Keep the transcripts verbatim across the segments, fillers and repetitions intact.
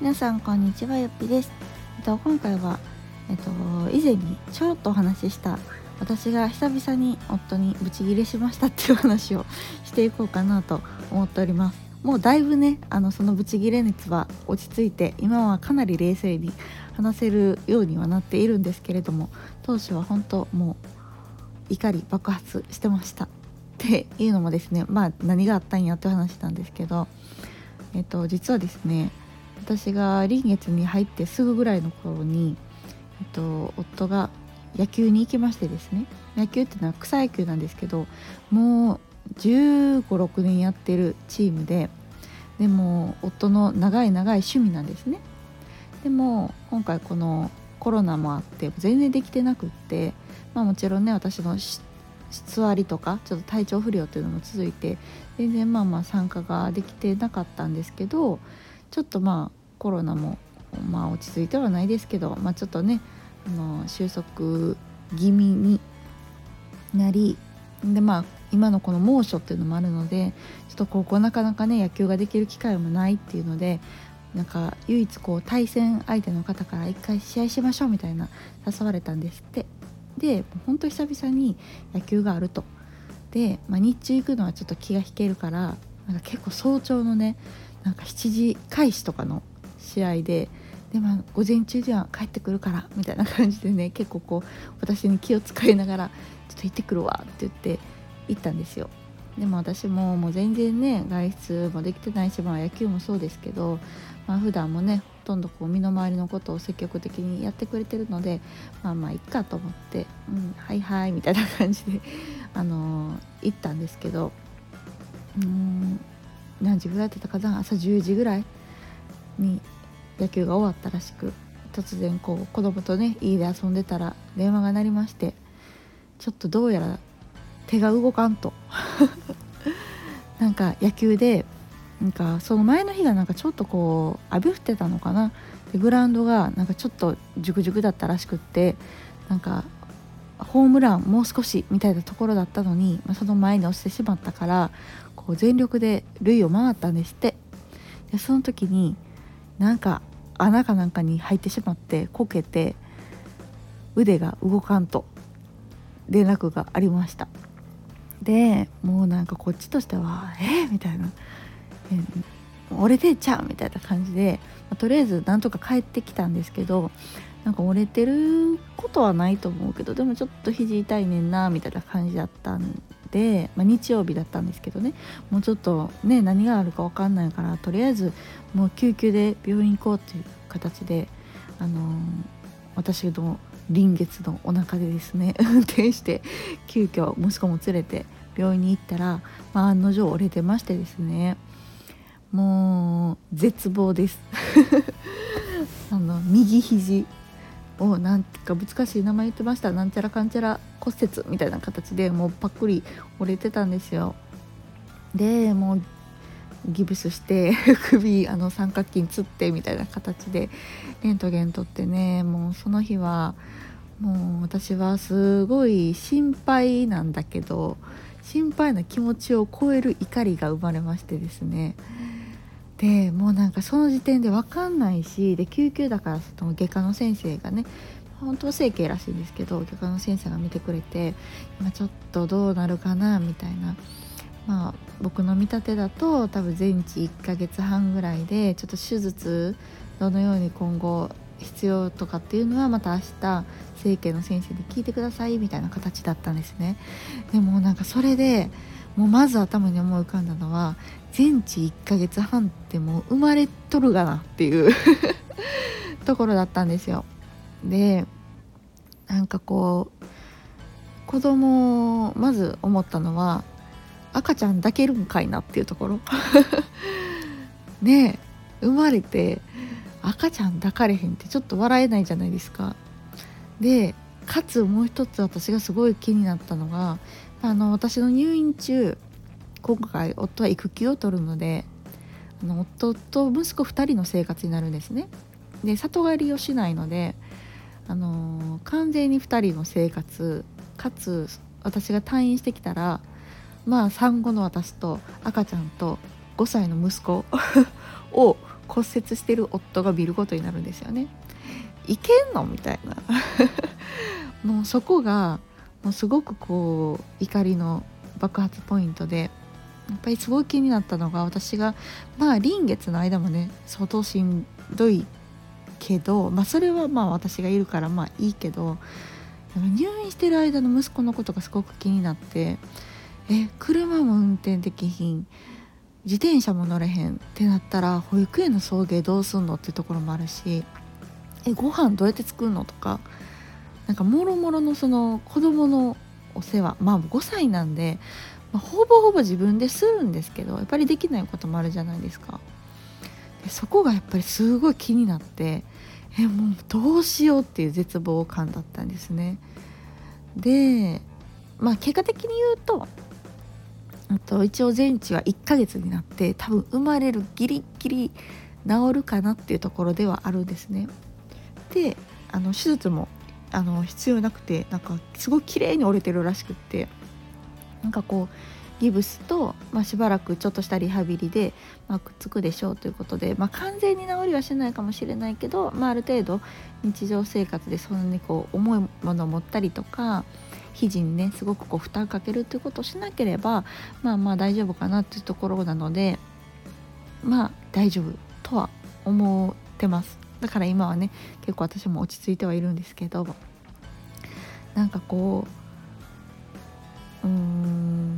皆さんこんにちは、ゆっぴです。えっと、今回は、えっと、以前にちょろっとお話しした私が久々に夫にブチギレしましたっていう話をしていこうかなと思っております。もうだいぶねあのそのブチギレ熱は落ち着いて、今はかなり冷静に話せるようにはなっているんですけれども、当初は本当もう怒り爆発してましたっていうのもですね、まあ何があったんやって話なんですけど、えっと実はですね、私が臨月に入ってすぐぐらいの頃に、えっと、夫が野球に行きましてですね、野球っていうのは草野球なんですけど、もうじゅうご、ろくねんやってるチームで、でも夫の長い長い趣味なんですね。でも今回このコロナもあって全然できてなくって、まあ、もちろんね私の質割りとかちょっと体調不良っていうのも続いて、全然まあまあ参加ができてなかったんですけど、ちょっとまあコロナもまあ落ち着いてはないですけど、まあ、ちょっとねあの収束気味になり、でまあ今のこの猛暑っていうのもあるので、ちょっとここなかなかね野球ができる機会もないっていうので、なんか唯一こう対戦相手の方から一回試合しましょうみたいな誘われたんですって。で本当久々に野球があると。で、まあ、日中行くのはちょっと気が引けるから、なんか結構早朝のねなんかしちじ開始とかの試合で、でまあ午前中では帰ってくるからみたいな感じでね、結構こう私に気を使いながらちょっと行ってくるわって言って行ったんですよ。でも私ももう全然ね外出もできてないし、まあ、野球もそうですけど、まあ、普段もねほとんどこう身の回りのことを積極的にやってくれてるので、まあまあいっかと思って、うん、はいはいみたいな感じであのー行ったんですけど、うーん何時ぐらいだったかな、朝じゅうじぐらいに野球が終わったらしく、突然こう子供とね家で遊んでたら電話が鳴りまして、ちょっとどうやら手が動かんとなんか野球でなんかその前の日がなんかちょっとこう雨降ってたのかな、でグラウンドがなんかちょっとジュクジュクだったらしくって、なんかホームランもう少しみたいなところだったのに、まあ、その前に落ちてしまったから、こう全力で塁を回ったんですって。でその時になんか穴かなんかに入ってしまってこけて、腕が動かんと連絡がありました。でもうなんかこっちとしてはえー、みたいな、え折れてんちゃうみたいな感じで、まあ、とりあえずなんとか帰ってきたんですけど、なんか折れてることはないと思うけど、でもちょっと肘痛いねんなみたいな感じだったんで、まあ、日曜日だったんですけどね、もうちょっとね何があるか分かんないから、とりあえずもう救急で病院行こうっていう形で、あのー、私の臨月のお腹でですね運転して急遽息子も連れて病院に行ったら、まあ、案の定折れてましてですね、もう絶望ですあの右肘をなんていうか難しい名前言ってました。なんちゃらかんちゃら骨折みたいな形でもうパックリ折れてたんですよ。でもうギブスして首あの三角筋つってみたいな形でレントゲン取ってね、もうその日はもう私はすごい心配なんだけど、心配な気持ちを超える怒りが生まれましてですね、でもうなんかその時点で分かんないし、で救急だからその外科の先生がね、本当は整形らしいんですけど外科の先生が見てくれて、今ちょっとどうなるかなみたいな、まあ僕の見立てだと多分全治いっかげつはんぐらいで、ちょっと手術どのように今後必要とかっていうのはまた明日整形の先生に聞いてくださいみたいな形だったんですね。でもなんかそれでもうまず頭に思い浮かんだのは、全治いっかげつはんってもう生まれとるがなっていうところだったんですよ。でなんかこう子供をまず思ったのは、赤ちゃん抱けるんかいなっていうところねえ、生まれて赤ちゃん抱かれへんってちょっと笑えないじゃないですか。でかつもう一つ私がすごい気になったのが、あの私の入院中今回夫は育休を取るので、あの夫と息子ふたりの生活になるんですね。で里帰りをしないので、あのー完全にふたりの生活かつ、私が退院してきたらまあ産後の私と赤ちゃんとごさいの息子を骨折してる夫が見ることになるんですよね。いけんのみたいなもうそこがもうすごくこう怒りの爆発ポイントで、やっぱりすごい気になったのが、私がまあ臨月の間もね相当しんどいけど、まあそれはまあ私がいるからまあいいけど、入院してる間の息子のことがすごく気になって、え車も運転できひん、自転車も乗れへんってなったら保育園の送迎どうすんのっていうところもあるし、えご飯どうやって作るのとか、なんかもろもろのその子供のお世話、まあごさいなんで、まあ、ほぼほぼ自分でするんですけど、やっぱりできないこともあるじゃないですか。でそこがやっぱりすごい気になって、えもうどうしようっていう絶望感だったんですね。でまあ結果的に言うと、あと一応全治はいっかげつになって、多分生まれるギリギリ治るかなっていうところではあるんですね。であの手術もあの必要なくて、なんかすごい綺麗に折れてるらしくって、なんかこうギブスと、まあ、しばらくちょっとしたリハビリで、まあ、くっつくでしょうということで、まあ、完全に治りはしないかもしれないけど、まあ、ある程度日常生活でそんなにこう重いものを持ったりとか、肘にねすごくこう負担かけるということをしなければ、まあまあ大丈夫かなっていうところなので、まあ大丈夫とは思ってます。だから今はね結構私も落ち着いてはいるんですけど、なんかこううーん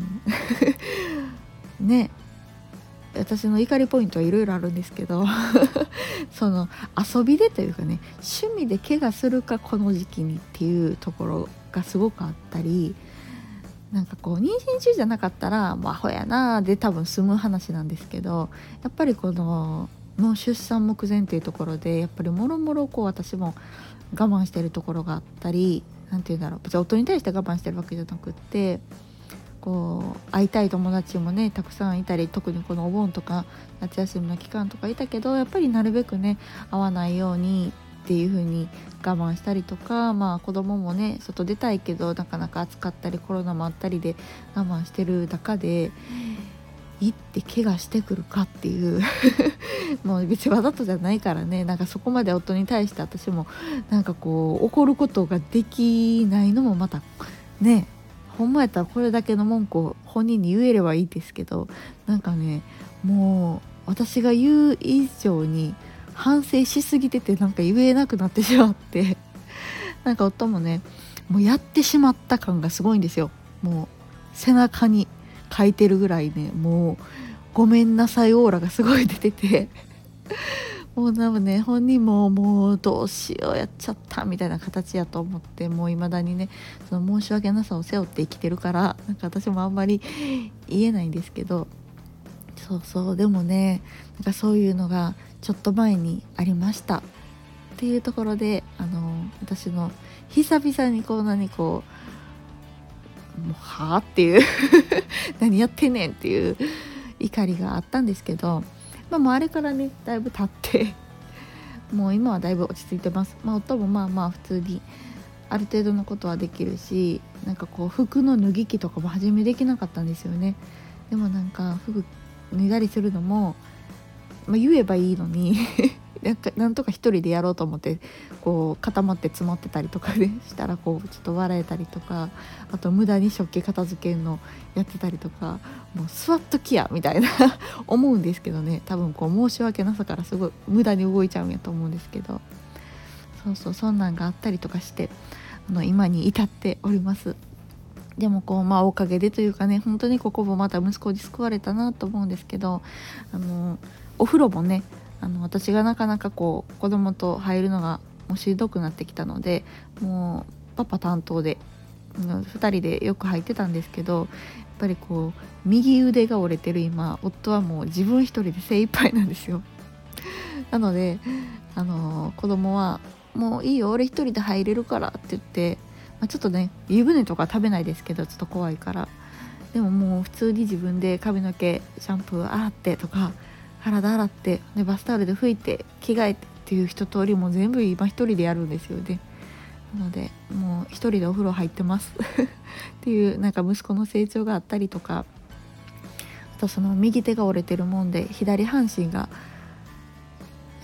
ね、私の怒りポイントはいろいろあるんですけどその遊びでというかね、趣味で怪我するかこの時期にっていうところがすごくあったり、なんかこう妊娠中じゃなかったらもうアホやなで多分済む話なんですけど、やっぱりこのもう出産目前っていうところでやっぱりもろもろこう私も我慢してるところがあったり、なんていうんだろう、別に夫に対して我慢してるわけじゃなくって、こう会いたい友達もねたくさんいたり、特にこのお盆とか夏休みの期間とかいたけど、やっぱりなるべくね会わないようにっていう風に我慢したりとか、まあ子供もね外出たいけどなかなか暑かったりコロナもあったりで我慢してる中で行って怪我してくるかっていうもう別にわざとじゃないからね、なんかそこまで夫に対して私もなんかこう怒ることができないのもまたね、ほんまやったらこれだけの文句を本人に言えればいいですけど、なんかねもう私が言う以上に反省しすぎてて、なんか言えなくなってしまってなんか夫もねもうやってしまった感がすごいんですよ。もう背中に書いてるぐらいね、もうごめんなさいオーラがすごい出ててもう多分ね本人ももうどうしようやっちゃったみたいな形やと思って、もう未だにねその申し訳なさを背負って生きてるから、なんか私もあんまり言えないんですけど、そうそうでもねなんかそういうのがちょっと前にありましたっていうところで、あの私の久々にこんなにこうもうはあっていう何やってんねんっていう怒りがあったんですけど、まあ、もうあれからねだいぶ経ってもう今はだいぶ落ち着いてます。まあ、夫もまあまあ普通にある程度のことはできるし、なんかこう服の脱ぎ着とかも初めできなかったんですよね。でもなんか服脱いだりするのも、まあ、言えばいいのになんかなんとか一人でやろうと思ってこう固まって詰まってたりとかねしたらこうちょっと笑えたりとか、あと無駄に食器片付けるのやってたりとか、もう座っときやみたいな思うんですけどね、多分こう申し訳なさからすごい無駄に動いちゃうんやと思うんですけど、そうそうそんなんがあったりとかしてあの今に至っております。でもこうまあおかげでというかね、本当にここもまた息子に救われたなと思うんですけど、あのお風呂もねあの私がなかなかこう子供と入るのがもうしんどくなってきたので、もうパパ担当でふたりでよく入ってたんですけど、やっぱりこう右腕が折れてる今夫はもう自分一人で精一杯なんですよ。なのであの子供はもういいよ俺一人で入れるからって言って、まあ、ちょっとね湯船とか食べないですけどちょっと怖いから、でももう普通に自分で髪の毛シャンプー洗ってとか体洗ってでバスタオルで拭いて着替えてっていう一通りも全部今一人でやるんですよね。なのでもう一人でお風呂入ってますっていうなんか息子の成長があったりとか、あとその右手が折れてるもんで左半身が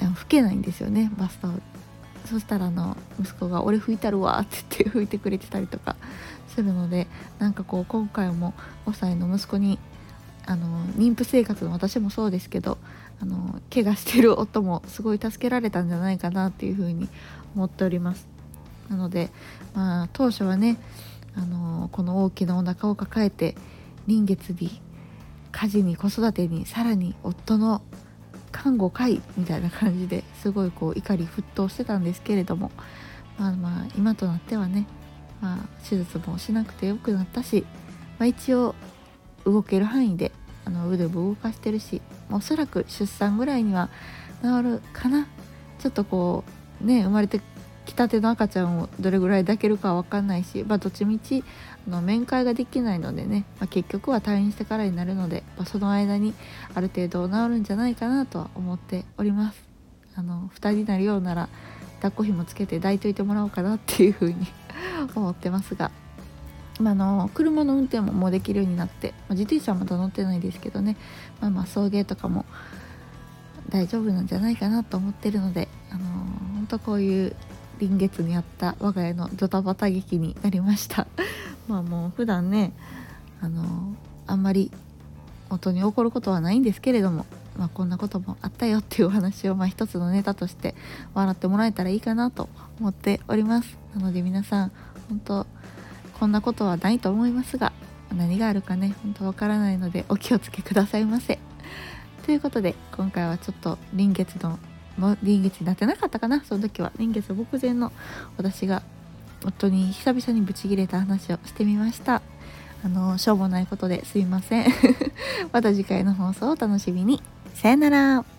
の拭けないんですよね、バスタオル。そしたらあの息子が「俺拭いたるわ」って言って拭いてくれてたりとかするので、なんかこう今回もごさいの息子にあの妊婦生活の私もそうですけど、あの怪我してる夫もすごい助けられたんじゃないかなっていうふうに思っております。なので、まあ、当初はね、あのこの大きなお腹を抱えて臨月に家事に子育てにさらに夫の看護会みたいな感じですごいこう怒り沸騰してたんですけれども、まあまあ今となってはね、まあ、手術もしなくてよくなったし、まあ、一応動ける範囲であの腕も動かしてるし、おそらく出産ぐらいには治るかな。ちょっとこうね、生まれてきたての赤ちゃんをどれぐらい抱けるかは分かんないし、まあ、どっちみちあの面会ができないのでね、まあ、結局は退院してからになるので、まあ、その間にある程度治るんじゃないかなとは思っております。あのふたりになるようなら抱っこひもつけて抱いといてもらおうかなっていう風に思ってますが、まあ、の車の運転ももうできるようになって、まあ、自転車はまだ乗ってないですけどね、まあ、まあ送迎とかも大丈夫なんじゃないかなと思ってるので、あのー、本当こういう臨月にあった我が家のドタバタ劇になりましたまあもう普段ね、あのー、あんまり夫に起こることはないんですけれども、まあ、こんなこともあったよっていうお話を、まあ、一つのネタとして笑ってもらえたらいいかなと思っております。なので皆さん本当こんなことはないと思いますが、何があるかね本当わからないのでお気をつけくださいませ。ということで今回はちょっと臨月のもう臨月になってなかったかな、その時は臨月目前の私が夫に久々にブチギレた話をしてみました。あのしょうもないことですいませんまた次回の放送をお楽しみに。さよなら。